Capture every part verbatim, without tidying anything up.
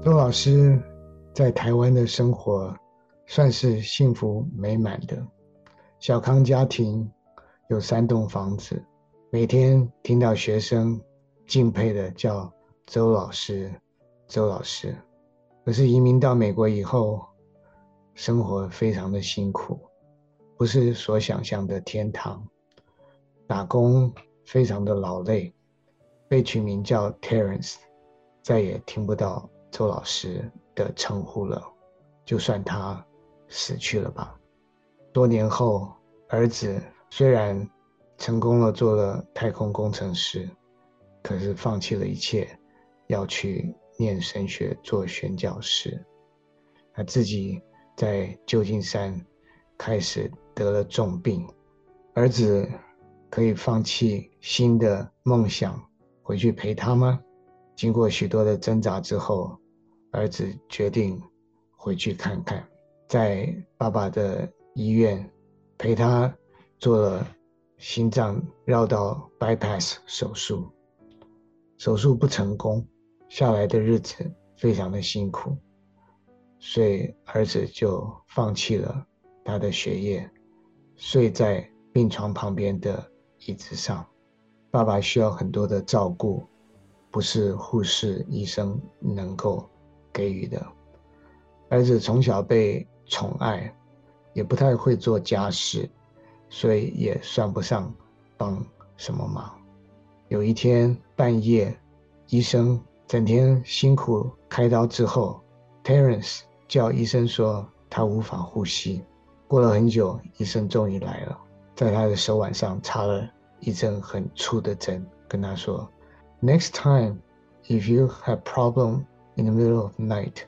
周老师在台湾的生活算是幸福美满的，小康家庭，有三栋房子，每天听到学生敬佩的叫周老师，周老师。可是移民到美国以后，生活非常的辛苦，不是所想象的天堂，打工非常的劳累，被取名叫 Terence， 再也听不到周老师的称呼了，就算他死去了吧。多年后，儿子虽然成功了做了太空工程师，可是放弃了一切，要去念神学做宣教师。他自己在旧金山开始得了重病，儿子可以放弃新的梦想回去陪他吗？经过许多的挣扎之后，儿子决定回去看看，在爸爸的医院陪他做了心脏绕道 bypass 手术。手术不成功，下来的日子非常的辛苦，所以儿子就放弃了他的学业，睡在病床旁边的椅子上。爸爸需要很多的照顾，不是护士、医生能够给予的。儿子从小被宠爱，也不太会做家事，所以也算不上帮什么忙。有一天半夜，医生整天辛苦开刀之后， Terence 叫医生说他无法呼吸。过了很久，医生终于来了，在他的手腕上插了一针很粗的针，跟他说 Next time, if you have problem in the middle of the night,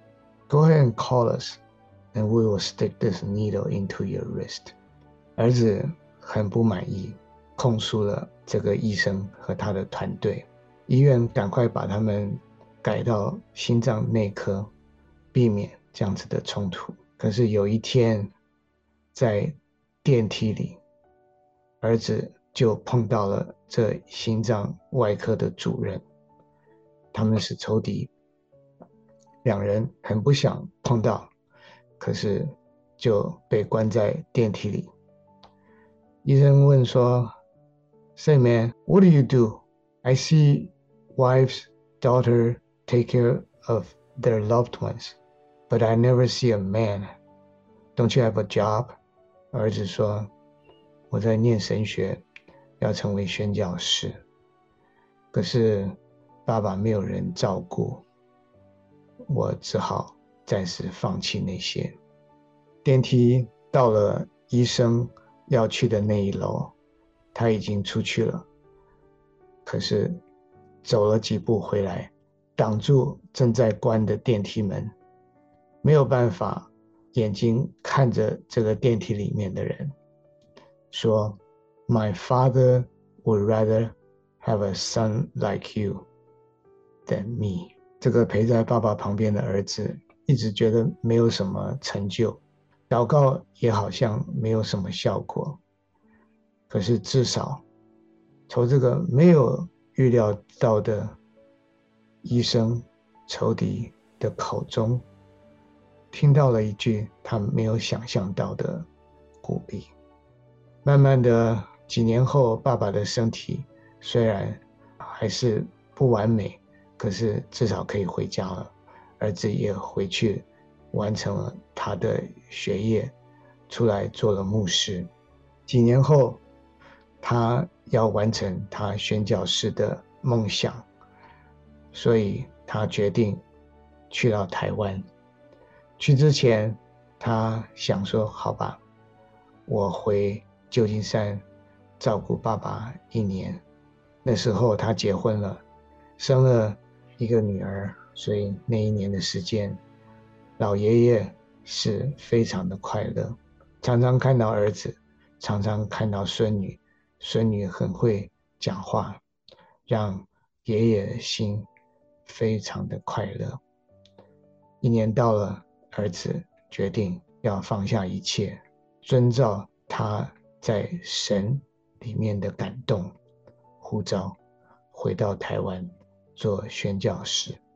go ahead and call us, and we will stick this needle into your wrist. 儿子很不满意，控诉了这个医生和他的团队。医院赶快把他们改到心脏内科，避免这样子的冲突。可是有一天，在电梯里，儿子就碰到了这心脏外科的主任，他们是仇敌，两人很不想碰到，可是就被关在电梯里。医生问说 Say man, what do you do? I see wives, daughter take care of their loved ones, but I never see a man. Don't you have a job? 儿子说我在念神学，要成为宣教师，可是爸爸没有人照顾，我只好暂时放弃那些。电梯到了医生要去的那一楼，他已经出去了，可是走了几步回来，挡住正在关的电梯门，没有办法眼睛看着这个电梯里面的人，说 My father would rather have a son like you than me。 这个陪在爸爸旁边的儿子一直觉得没有什么成就，祷告也好像没有什么效果，可是至少从这个没有预料到的医生仇敌的口中，听到了一句他没有想象到的鼓励。慢慢的，几年后，爸爸的身体虽然还是不完美，可是至少可以回家了。儿子也回去完成了他的学业，出来做了牧师。几年后，他要完成他宣教师的梦想，所以他决定去到台湾。去之前，他想说：好吧，我回旧金山照顾爸爸一年。那时候他结婚了，生了一个女儿，所以那一年的时间，老爷爷是非常的快乐，常常看到儿子，常常看到孙女，孙女很会讲话，让爷爷的心非常的快乐。一年到了，儿子决定要放下一切，遵照他在神里面的感动呼召，回到台湾做宣教师。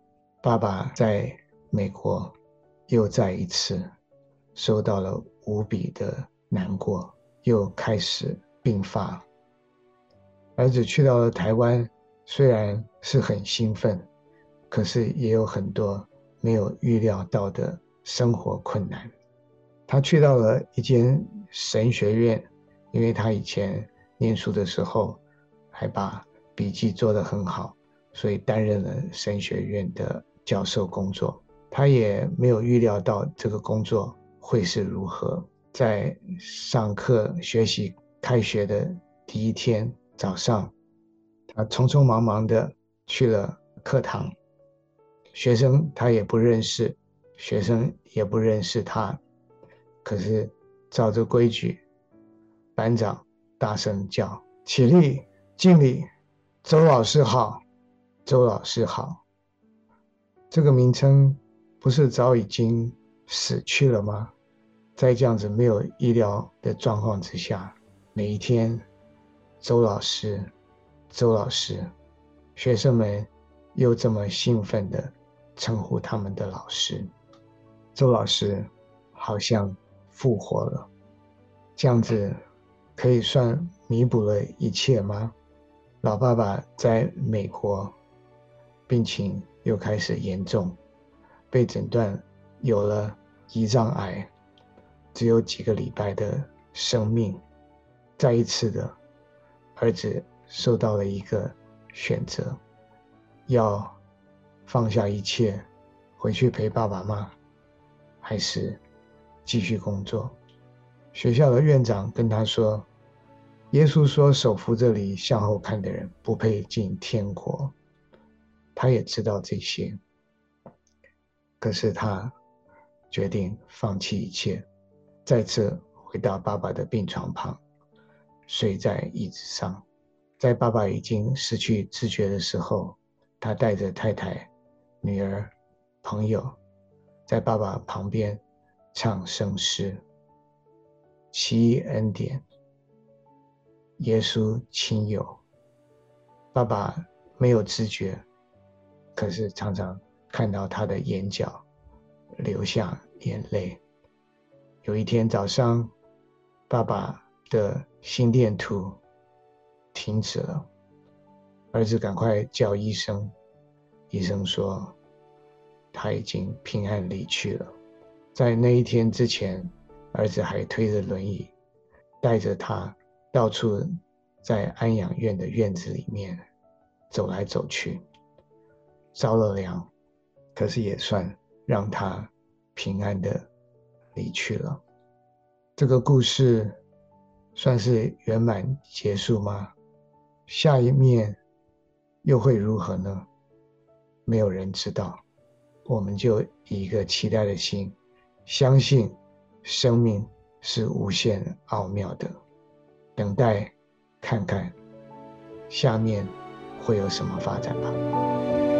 爸爸在美国又再一次受到了无比的难过，又开始病发。儿子去到了台湾，虽然是很兴奋，可是也有很多没有预料到的生活困难。他去到了一间神学院，因为他以前念书的时候还把笔记做得很好，所以担任了神学院的教授工作。他也没有预料到这个工作会是如何。在上课学习开学的第一天早上，他匆匆忙忙地去了课堂，学生他也不认识，学生也不认识他，可是照着规矩，班长大声叫：起立，敬礼，周老师好，周老师好。这个名称不是早已经死去了吗？在这样子没有意料的状况之下，每一天，周老师，周老师，学生们又这么兴奋地称呼他们的老师。周老师好像复活了，这样子可以算弥补了一切吗？老爸爸在美国病情又开始严重，被诊断有了胰脏癌，只有几个礼拜的生命。再一次的，儿子受到了一个选择，要放下一切回去陪爸爸吗？还是继续工作？学校的院长跟他说，耶稣说手扶着犁向后看的人不配进天国。他也知道这些，可是他决定放弃一切，再次回到爸爸的病床旁，睡在椅子上。在爸爸已经失去知觉的时候，他带着太太、女儿、朋友，在爸爸旁边唱圣诗：奇异恩典，耶稣亲友。爸爸没有知觉，可是常常看到他的眼角流下眼泪。有一天早上，爸爸的心电图停止了，儿子赶快叫医生，医生说他已经平安离去了。在那一天之前，儿子还推着轮椅，带着他到处在安养院的院子里面走来走去，着了凉，可是也算让他平安的离去了。这个故事算是圆满结束吗？下一面又会如何呢？没有人知道，我们就以一个期待的心，相信生命是无限奥妙的，等待看看下面会有什么发展吧。